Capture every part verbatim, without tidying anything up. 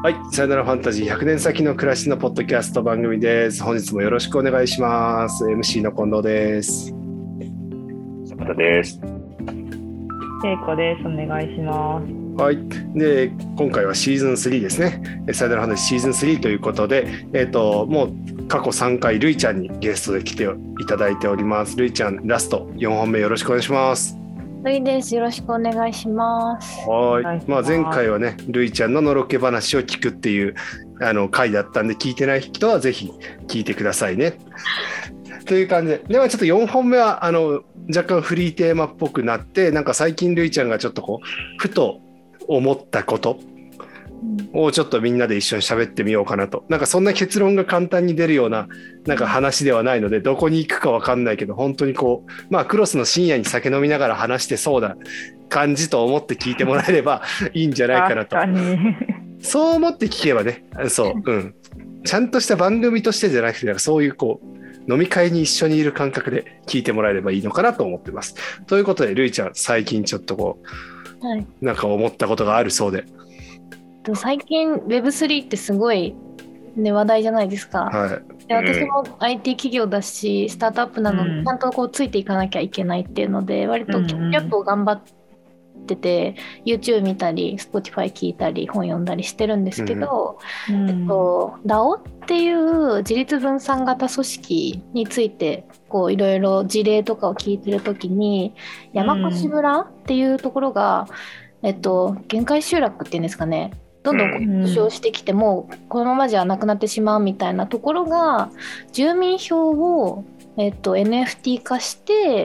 はい、さよならファンタジーひゃくねん先の暮らしのポッドキャスト番組です。本日もよろしくお願いします。エムシー の近藤です。 坂田です。 けいこです。お願いします。 はい、で今回はシーズンスリーですね。さよならファンタジーシーズンスリーということで、えーと、もう過去さんかいるいちゃんにゲストで来ていただいております。るいちゃん、ラストよんほんめよろしくお願いします。 るいです。よろしくお願いします。 はい、まあ、前回はね、るいちゃんののろけ話を聞くっていうあの回だったんで、聞いてない人はぜひ聞いてくださいね。という感じで、ではちょっとよんほんめはあの若干フリーテーマっぽくなって、なんか最近るいちゃんがちょっとこうふと思ったことをちょっとみんなで一緒に喋ってみようかなと。なんかそんな結論が簡単に出るようななんか話ではないので、どこに行くか分かんないけど、本当にこうまあクロスの深夜に酒飲みながら話してそうな感じと思って聞いてもらえればいいんじゃないかなと。そう思って聞けばね、そう、うん、ちゃんとした番組としてじゃなくて、なんかそういうこう飲み会に一緒にいる感覚で聞いてもらえればいいのかなと思ってます。ということで、るいちゃん、最近ちょっとこう、はい、なんか思ったことがあるそうで。 最近 ウェブスリー ってすごい、ね、話題じゃないですか。 はい、 で私も アイティー 企業だし、スタートアップなので、うん、ちゃんとこうついていかなきゃいけないっていうので、割とキャッチアップを頑張ってて、うん、YouTube 見たり Spotify 聞いたり本読んだりしてるんですけど、うんえっと、ダオ っていう自立分散型組織についてこういろいろ事例とかを聞いてるときに、山古志村っていうところが、えっと、限界集落っていうんですかね、どんどん故障してきてもうこのままじゃなくなってしまうみたいなところが、住民票を、えっと、エヌエフティー 化して、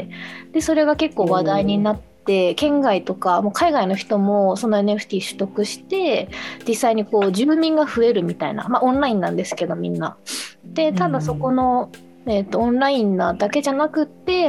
でそれが結構話題になって、県外とかもう海外の人もその エヌエフティー 取得して実際にこう住民が増えるみたいな、まあオンラインなんですけどみんなで、ただそこのえー、とオンラインなだけじゃなくって、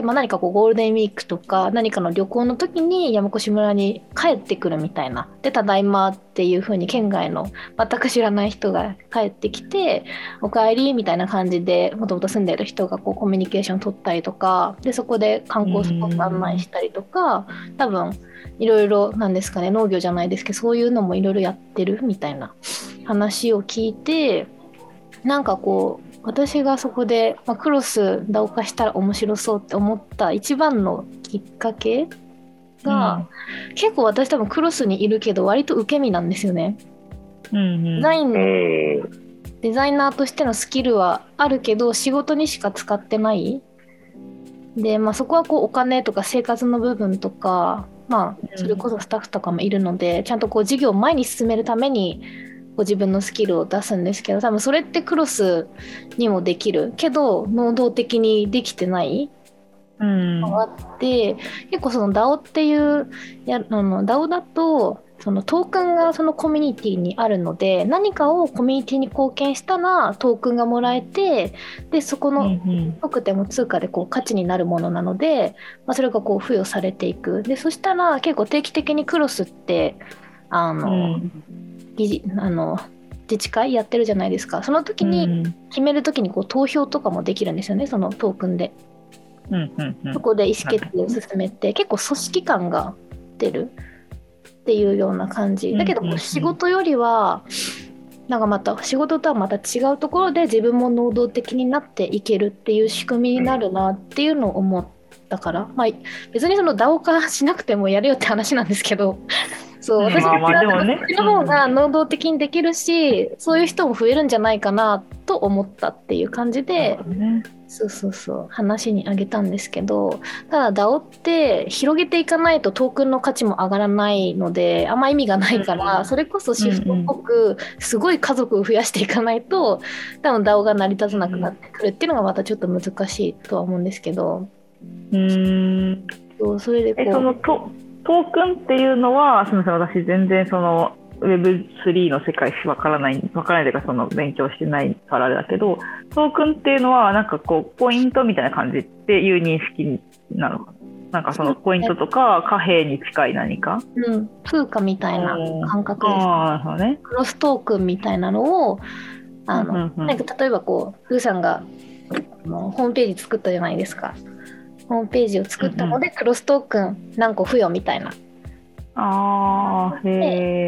まあ、何かこうゴールデンウィークとか何かの旅行の時に山古志村に帰ってくるみたいなで、ただいまっていう風に県外の全く知らない人が帰ってきて、おかえりみたいな感じでもともと住んでいる人がこうコミュニケーション取ったりとかで、そこで観光スポット案内したりとか、多分いろいろなんですかね、農業じゃないですけどそういうのもいろいろやってるみたいな話を聞いて、なんかこう私がそこで、まあ、クロスダオ化したら面白そうって思った一番のきっかけが、うん、結構私多分クロスにいるけど割と受け身なんですよね、うんうん、デザインのデザイナーとしてのスキルはあるけど仕事にしか使ってないで、まあ、そこはこうお金とか生活の部分とか、まあ、それこそスタッフとかもいるので、うん、ちゃんとこう事業を前に進めるためにご自分のスキルを出すんですけど、多分それってクロスにもできるけど能動的にできてないのがあって、うん、結構その ダオ っていうやあの ダオ だとそのトークンがそのコミュニティにあるので、何かをコミュニティに貢献したらトークンがもらえて、でそこの特典も通貨でこう価値になるものなので、まあ、それがこう付与されていく。でそしたら結構定期的にクロスってあの、うんあの自治会やってるじゃないですか。その時に決める時にこう投票とかもできるんですよね、そのトークンで、うんうんうん、そこで意思決定を進めて、はい、結構組織感が出るっていうような感じだけど、仕事よりはなんかまた仕事とはまた違うところで自分も能動的になっていけるっていう仕組みになるなっていうのを思ったから、まあ、別にその ダオ 化しなくてもやるよって話なんですけどそう、私はこっちの方が能動的にできるし、そういう人も増えるんじゃないかなと思ったっていう感じで、ね、そうそうそう話にあげたんですけど、ただ ダオ って広げていかないとトークンの価値も上がらないのであんま意味がないから、それこそシフトっぽくすごい家族を増やしていかないと多分 ダオ が成り立たなくなってくるっていうのがまたちょっと難しいとは思うんですけど、うーんそうそれでこうえそのとトークンっていうのは、すみません、私全然その ウェブスリー の世界わからない、わからないというかその勉強してないからあれだけど、トークンっていうのはなんかこうポイントみたいな感じっていう認識なのかな、なんかそのポイントとか貨幣に近い何か、 うん、通貨みたいな感覚です、 あ、ね、 クロストークンみたいなのをあの、うんうん、なんか例えばこうルーさんがあのホームページ作ったじゃないですか。ホームページを作ったので、うんうん、クロストークン何個付与みたいな。 あーへ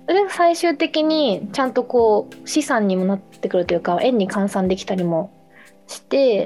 それが最終的にちゃんとこう資産にもなってくるというか円に換算できたりもして、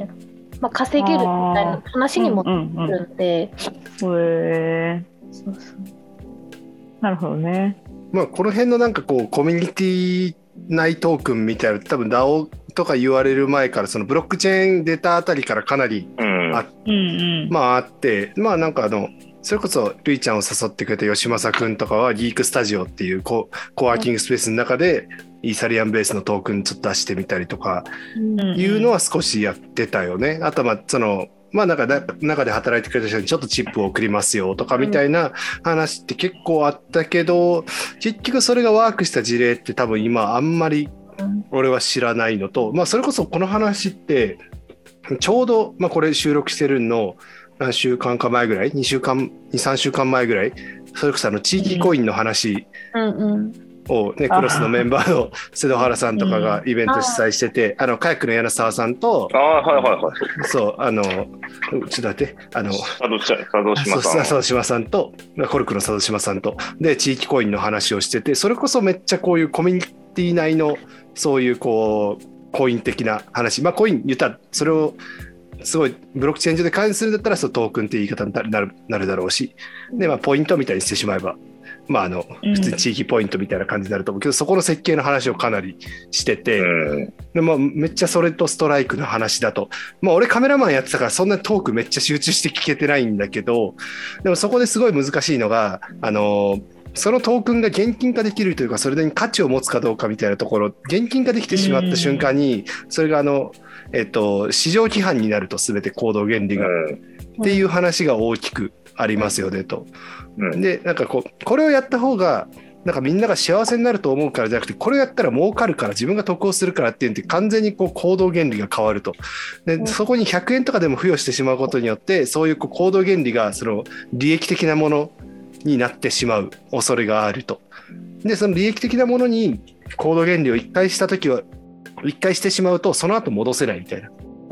まあ、稼げるみたいな話にもなるんで、 うんうんうん、へー、 そうそう、 なるほどね。 まあこの辺のなんかこうコミュニティ内トークンみたいな多分 ダオ とか言われる前からそのブロックチェーンデータあたりからかなりあ、 うんうんうん、 まああってまあなんかあのそれこそるいちゃんを誘ってくれた吉正くんとかはギークスタジオっていうココワーキングスペースの中でイーサリアンベースのトークンちょっと出してみたりとかいうのは少しやってたよね。あとまあそのまあなんか中で働いてくれた人にちょっとチップを送りますよとかみたいな話って結構あったけど、結局それがワークした事例って多分今あんまり俺は知らないのと、まあそれこそこの話ってちょうどまあこれ収録してるの何週間か前ぐらい、にしゅうかん、に、さんしゅうかんまえぐらい、それこそあの地域コインの話をね、クロスのメンバーの瀬戸原さんとかがイベント主催してて、あのカヤックの柳沢さんと、 ああはいはいはい、 そうあのちょっと待ってあの佐渡島さん、 佐渡島さんとコルクの佐渡島さんとで地域コインの話をしてて、それこそめっちゃこういうコミュニティ内のそういうこうコイン的な話、まあコイン言ったらそれをすごいブロックチェーン上で管理するんだったらそうトークンって言い方になる、なるだろうし、でまあポイントみたいにしてしまえばまああの普通に地域ポイントみたいな感じになると思うけど、うん、そこの設計の話をかなりしてて、うん、でまあめっちゃそれとストライクの話だと、まあ俺カメラマンやってたからそんなトークめっちゃ集中して聞けてないんだけど、でもそこですごい難しいのがあのそのトークンが現金化できるというかそれに価値を持つかどうかみたいなところ、現金化できてしまった瞬間にそれがあのえっと、市場規範になると全て行動原理が、うん、っていう話が大きくありますよねと、うん、でなんかこうこれをやった方がなんかみんなが幸せになると思うからじゃなくて、これをやったら儲かるから自分が得をするからっていうんで完全にこう行動原理が変わると、で、うん、そこにひゃくえんとかでも付与してしまうことによってそういうこう行動原理がその利益的なものになってしまう恐れがあると。でその利益的なものに行動原理を一回したときは一回してしまうとその後戻せないみたいな、うん、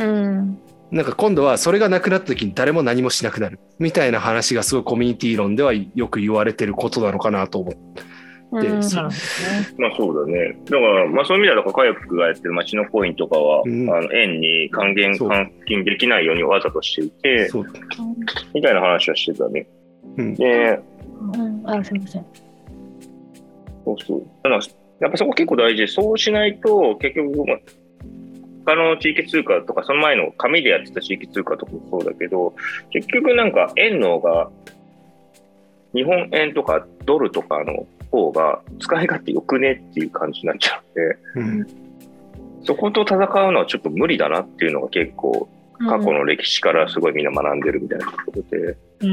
なんか今度はそれがなくなった時に誰も何もしなくなるみたいな話がすごいコミュニティ論ではよく言われてることなのかなと思って、うん、 まあそうだね。だからまあそういう意味ではカヤックがやってる街のコインとかは、うん、あの円に還元換金できないようにわざとしていてみたいな話はしてたね、うん、で、 うん、あすみません、 そうそうだからやっぱそこ結構大事で、そうしないと結局他の地域通貨とかその前の紙でやってた地域通貨とかもそうだけど、結局なんか円の方が日本円とかドルとかの方が使い勝手よくねっていう感じになっちゃうので、うん、そこと戦うのはちょっと無理だなっていうのが結構過去の歴史からすごいみんな学んでるみたいなところで、うん、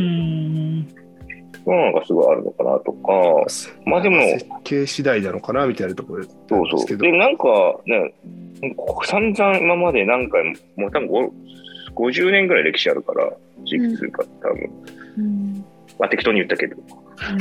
そういうのがすごいあるのかなとか、まあでも設計次第なのかなみたいなところですけど、 そうそうでなんかね散々今まで何回ももう多分ごじゅうねんぐらい歴史あるから地域通貨って多分、うん、まあ適当に言ったけど、うん、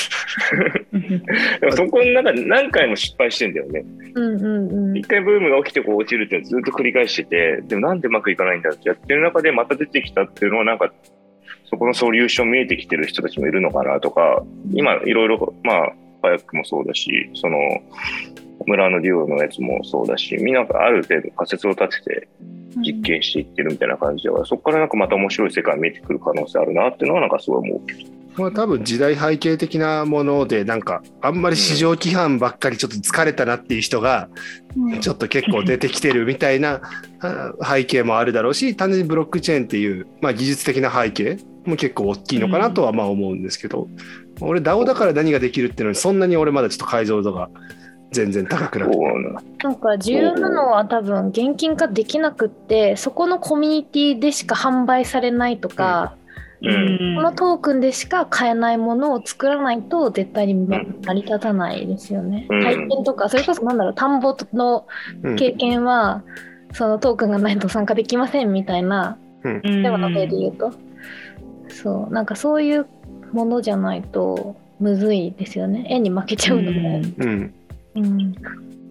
でもそこの中で何回も失敗してんだよね、うんうんうん、一回ブームが起きてこう落ちるっていうのをずっと繰り返してて、でもなんでうまくいかないんだってやってる中でまた出てきたっていうのはなんかそこのソリューション見えてきてる人たちもいるのかなとか、今いろいろまあカヤックもそうだし、その村のデュオのやつもそうだし、みんながある程度仮説を立てて実験していってるみたいな感じでは、うん、そこからなんかまた面白い世界が見えてくる可能性あるなっていうのはなんかすごい思う。 まあ、多分時代背景的なものでなんかあんまり市場規範ばっかりちょっと疲れたなっていう人がちょっと結構出てきてるみたいな背景もあるだろうし、単純にブロックチェーンっていう、まあ、技術的な背景も結構大きいのかなとはまあ思うんですけど、俺 ダオ だから何ができるっていうのにそんなに俺まだちょっと解像度が全然高くなくて、 なんか重要なのは多分現金化できなくって、そこのコミュニティでしか販売されないとか、うん、このトークンでしか買えないものを作らないと絶対に成り立たないですよね、うん、体験とかそれこそなんだろう、田んぼの経験は、うん、そのトークンがないと参加できませんみたいな、うん、でもの例で言うと、そうなんかそういうものじゃないとむずいですよね。円に負けちゃうので、うんうん、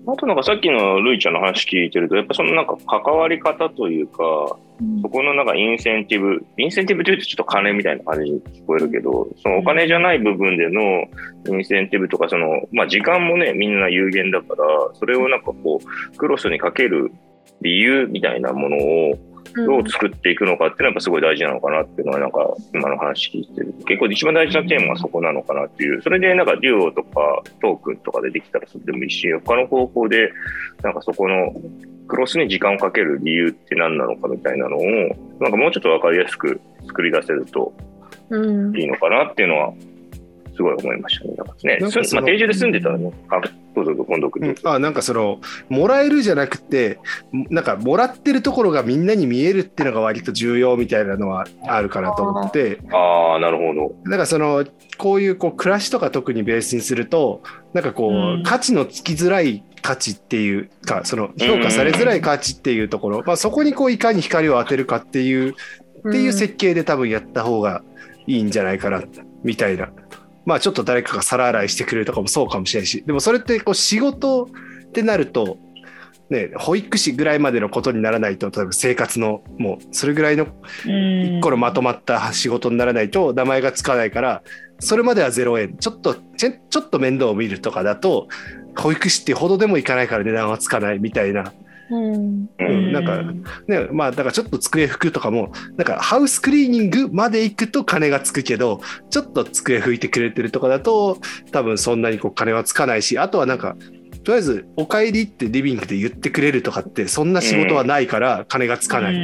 あとなんかさっきのルイちゃんの話聞いてると、やっぱそのなんか関わり方というか、うん、そこのなんかインセンティブ、インセンティブというとちょっと金みたいな感じに聞こえるけど、そのお金じゃない部分でのインセンティブとか、その、まあ時間もね、みんな有限だから、それをなんかこう、クロスにかける理由みたいなものをどう作っていくのかっていうのはやっぱすごい大事なのかなっていうのはなんか今の話聞いてる。結構一番大事なテーマはそこなのかなっていう。それでなんかデュオとかトークンとかでできたらそれでもいいし、他の方法でなんかそこのクロスに時間をかける理由って何なのかみたいなのをなんかもうちょっと分かりやすく作り出せるといいのかなっていうのはすごい思いましたね。なんかね、なんかまあ、定住で住んでたらね、あ、どうぞどうぞ今度、うん、 あ、なんかそのもらえるじゃなくて、なんかもらってるところがみんなに見えるっていうのが割と重要みたいなのはあるかなと思って。 ああ、なるほど。 なんかそのこういうこう暮らしとか特にベースにすると、なんかこう、うん、価値のつきづらい価値っていうか、その評価されづらい価値っていうところ、まあ、そこにこういかに光を当てるかっていうっていう設計で多分やった方がいいんじゃないかなみたいな。まあちょっと誰かが皿洗いしてくれるとかもそうかもしれないし、でもそれってこう仕事ってなると、ね、保育士ぐらいまでのことにならないと、例えば生活のもうそれぐらいの一個のまとまった仕事にならないと名前がつかないから、それまではゼロえん、ちょっとちょ、ちょっと面倒を見るとかだと、保育士ってほどでもいかないから値段はつかないみたいな。うんうん、なんかね、まあだからちょっと机拭くとかもなんかハウスクリーニングまで行くと金がつくけど、ちょっと机拭いてくれてるとかだと多分そんなにこう金はつかないし、あとはなんかとりあえずお帰りってリビングで言ってくれるとかってそんな仕事はないから金がつかない、うん、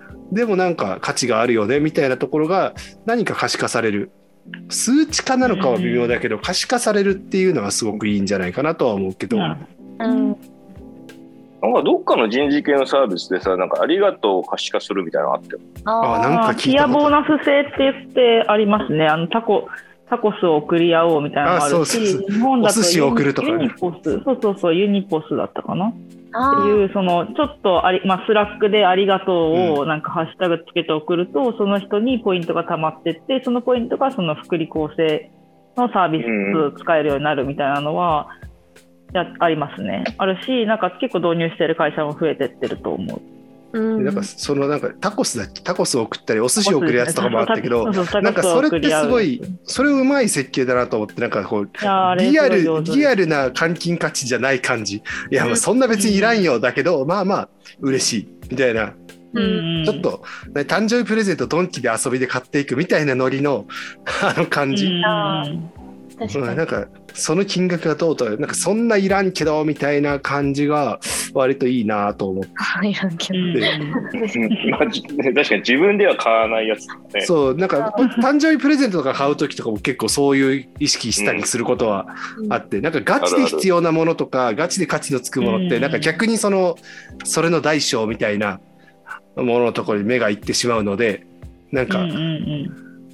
でもなんか価値があるよねみたいなところが何か可視化される、数値化なのかは微妙だけど可視化されるっていうのはすごくいいんじゃないかなとは思うけど、うんうんなんかどっかの人事系のサービスでさ、なんかありがとうを可視化するみたいなのあったよ。 ああ、なんか聞いたこと。ティアボーナス制って言ってありますね。あのタコタコスを送り合おうみたいなのもあるし、 そうそうそう、日本だとユニポス、そうそうそうユニポスだったかなっていう、そのちょっとあり、まあ、スラックでありがとうをなんかハッシュタグつけて送ると、うん、その人にポイントが溜まってって、そのポイントがその福利厚生のサービス使えるようになるみたいなのは。うんやありますね。あるし、なんか結構導入してる会社も増えてってると思う。 うん、なんかそのなんかタコスだっけ、タコスを送ったりお寿司を送るやつとかもあったけど、なんかそれってすごい、それうまい設計だなと思って、なんかこうリアルリアルな換金価値じゃない感じ。いや、まあそんな別にいらんよだけど、まあまあ嬉しいみたいな。うん、ちょっと、ね、誕生日プレゼントドンキで遊びで買っていくみたいなノリのあの感じ。うんうん、なんかその金額がどうとなんかそんないらんけどみたいな感じが割といいなと思っていらんけどまあ、確かに自分では買わないやつ、ね、 そうなんか誕生日プレゼントとか買う時とかも結構そういう意識したりすることはあって、うん、なんかガチで必要なものとかガチで価値のつくものって、うん、なんか逆にそのそれの大小みたいなもののところに目がいってしまうので、なんか、うんうんうん、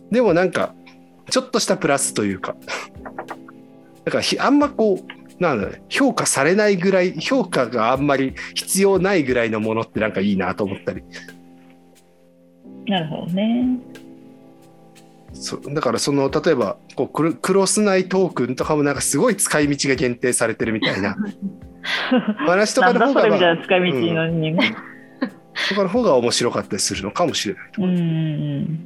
でもなんかちょっとしたプラスというか、だからあんまこうなんだろう、評価されないぐらい、評価があんまり必要ないぐらいのものってなんかいいなと思ったり。 なるほどね。 そだからその例えばこうクロ、クロス内トークンとかもなんかすごい使い道が限定されてるみたいな話とかの方が、まあ、 なんだそれみたいな使い道のに、うん、 とかの方が面白かったりするのかもしれないと。うん、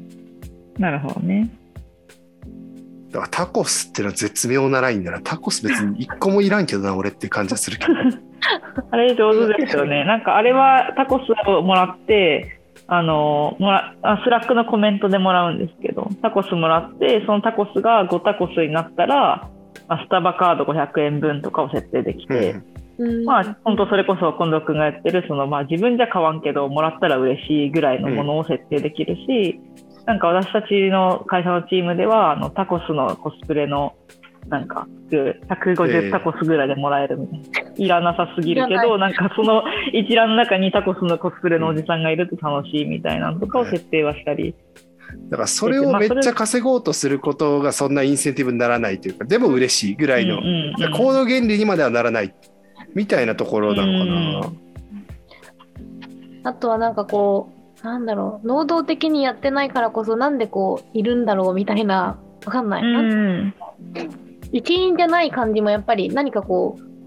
なるほどね。 だからタコスってのは絶妙なラインだな。タコス別に一個もいらんけどな俺っていう感じがするけどあれ上手ですよね。なんかあれはタコスをもらってあのもらあスラックのコメントでもらうんですけど、タコスもらってそのタコスがごタコスになったら、まあ、スタバカードごひゃくえんぶんとかを設定できて、うん、まあ本当それこそ近藤君がやってるその、まあ、自分じゃ買わんけどもらったら嬉しいぐらいのものを設定できるし、うんなんか私たちの会社のチームではあのタコスのコスプレのなんかひゃくごじゅうタコスぐらいでもらえるみたいな、えー、いらなさすぎるけどなんかその一覧の中にタコスのコスプレのおじさんがいると楽しいみたいなのとかを設定はしたり、 だからそれをめっちゃ稼ごうとすることがそんなインセンティブにならないというか、でも嬉しいぐらいの、うんうんうん、行動原理にまではならないみたいなところなのかな、うん、 あとはなんかこうなんだろう、能動的にやってないからこそなんでこういるんだろうみたいな、わかんない、うん、一員じゃない感じもやっぱり何かこう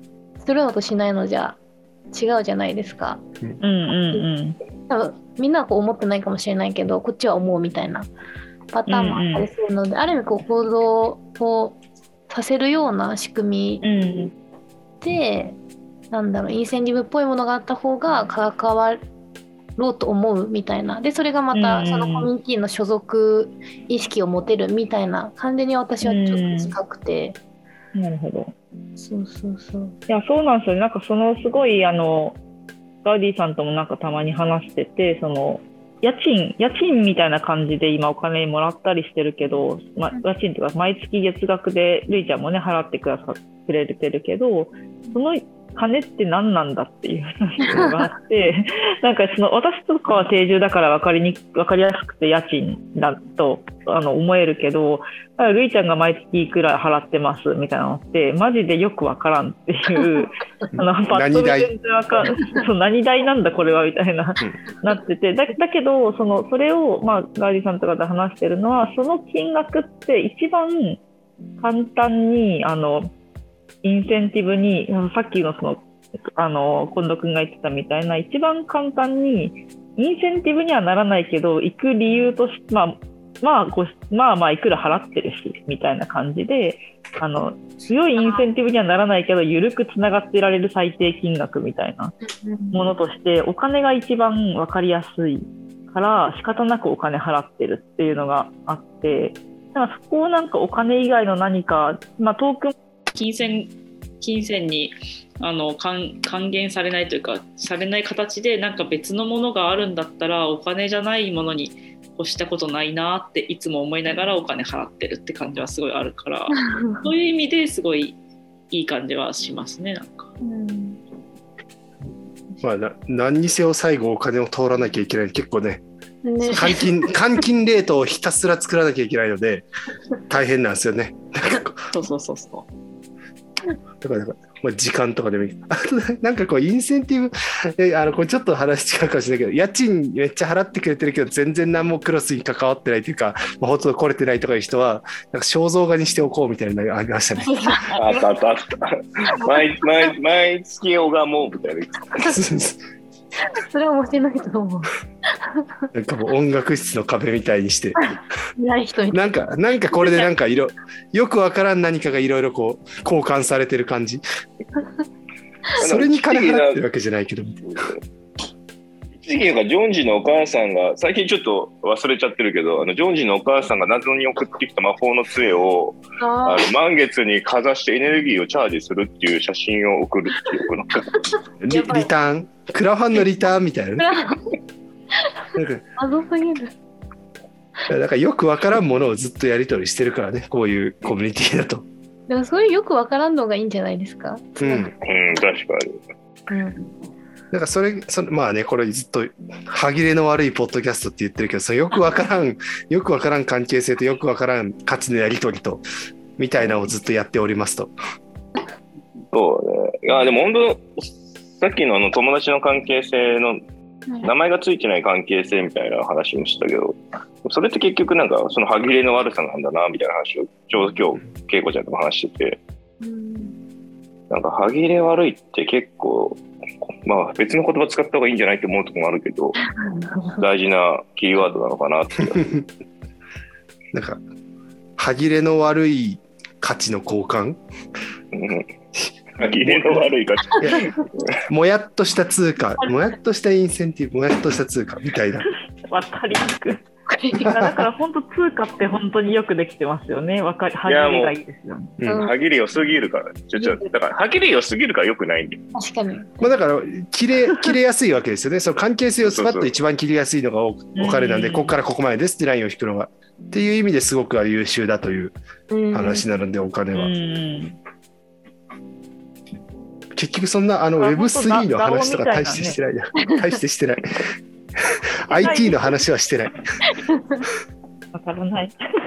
するのとしないのじゃ違うじゃないですか。 うんうんうん。 多分みんなはこう思ってないかもしれないけど、こっちは思うみたいなパターンもあったりするので、うんうん、ある意味こう行動をさせるような仕組みで、うん、なんだろう、インセンティブっぽいものがあった方が関わろうと思うみたいな。でそれがまたそのコミュニティの所属意識を持てるみたいな感じに私はちょっと近くて、 うん、なるほど。 そうそうそう。 いや、そうなんですよ。なんかそのすごいあのガウディさんともなんかたまに話してて、その家賃家賃みたいな感じで今お金もらったりしてるけど、ま、家賃というか毎月月額でルイちゃんもね払ってくださくれてるけど、その金って何なんだっていうのがあってなんかその私とかは定住だから分かりに分かりやすくて家賃だとあの思えるけど、ルイちゃんが毎月いくら払ってますみたいなのってマジでよく分からんっていうあのパッと見全然分かんそう何代なんだこれはみたいななってて、だ, だけどそのそれを、まあ、ガーディさんとかで話してるのは、その金額って一番簡単にあのインセンティブに、さっきのそのあの近藤君が言ってたみたいな、一番簡単にインセンティブにはならないけど行く理由として、まあまあ、こうまあまあいくら払ってるしみたいな感じで、あの強いインセンティブにはならないけど緩くつながっていられる最低金額みたいなものとして、お金が一番分かりやすいから仕方なくお金払ってるっていうのがあって、だからそこをなんかお金以外の何か、まあ、トークン金銭金銭にあの還元されないというかされない形でなんか別のものがあるんだったらお金じゃないものに越したことないなっていつも思いながらお金払ってるって感じはすごいあるからそういう意味ですごいいい感じはしますね。なんか、うんまあ、な何にせよ最後お金を通らなきゃいけない、結構ね換金換金レートをひたすら作らなきゃいけないので大変なんですよね。 そうそうそうそう。 だから、まあ、時間とかでもいい。あとなんかこうインセンティブ、あのこれちょっと話違うかもしれないけど、家賃めっちゃ払ってくれてるけど全然何もクロスに関わってないというか、まあ、ほとんど来れてないとかいう人はなんか肖像画にしておこうみたいなのがありましたね。 あったあったあった。毎, 毎, 毎月拝もうみたいな。 それは面白いと思う。 なんかもう音楽室の壁みたいにしてない人になんかなんかこれでなんかいろよくわからん何かがいろいろこう交換されてる感じ。それに金払ってるわけじゃないけど。 一時期なんかジョンジのお母さんが最近ちょっと忘れちゃってるけど、あのジョンジのお母さんが謎に送ってきた魔法の杖をあの満月にかざしてエネルギーをチャージするっていう写真を送るっていうこのリ, リターンクラファンのリターンみたいなね。 謎すぎる。 だからよくわからんものをずっとやり取りしてるからね、こういうコミュニティだと。 でもそういうよくわからんのがいいんじゃないですか。 うん、うん、 確かに。 うん。 なんかそれそまあね、これずっと歯切れの悪いポッドキャストって言ってるけど、そのよくわからんよくわからん関係性とよくわからん価値のやり取りとみたいなのをずっとやっておりますと。 そうね。いやでも本当さっきのあの友達の関係性の名前がついてない関係性みたいな話もしたけど、それって結局なんかその歯切れの悪さなんだなみたいな話をちょうど今日恵子ちゃんとも話してて、なんか歯切れ悪いって結構まあ別の言葉使った方がいいんじゃないって思うところもあるけど大事なキーワードなのかなってなんか歯切れの悪い価値の交換、 歯切れの悪い価値もやっとした通貨、もやっとしたインセンティブ、もやっとした通貨みたいな。 わかりにくい。だから本当通貨って本当によくできてますよね。わかり歯切れがいいですよね。 うん、歯切れ良すぎるからちょちょだから歯切れ良すぎるからよくないんで。 確かに。 まあだから切れ切れやすいわけですよね。その関係性をスパッと一番切りやすいのがお金なんで、ここからここまでですってラインを引くのがっていう意味ですごく優秀だという話なので、お金は。うん結局そんなあの ウェブスリー の話とか大してしてないな。大してしてない。アイティー の話はしてない。 わからない。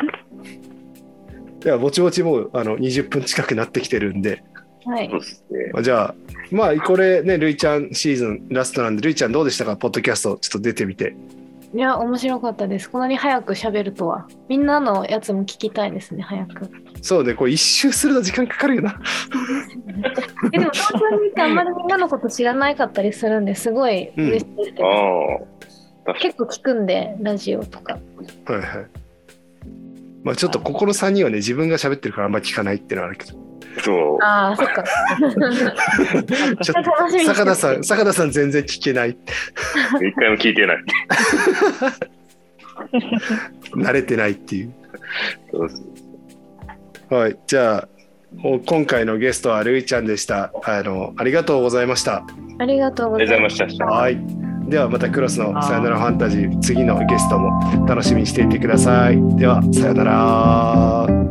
ではぼちぼちもうあのにじゅっぷん近くなってきてるんで、 はい。 じゃあまあこれねルイちゃんシーズンラストなんで、ルイちゃんどうでしたか、ポッドキャストちょっと出てみて。 いや面白かったです。こんなに早く喋るとは。みんなのやつも聞きたいですね、早く。 そうね、これ一周すると時間かかるよな。 えでも東京にいてあんまりみんなのこと知らないかったりするんですごい嬉しいですけど、 ああ。 結構聞くんでラジオとか。 はいはい。まあちょっと心さんにはね、自分が喋ってるからあんまり聞かないっていうのはあるけど。 そう。 ああ、そっか。 ちょっと坂田さん、坂田さん全然聞けない。 一回も聞いてない。 慣れてないっていう。 そうそう。 はい、じゃあ今回のゲストはるいちゃんでした。あのありがとうございました。 ありがとうございました。 はい。ではまたクロスのさよならファンタジー次のゲストも楽しみにしていてください。ではさよなら。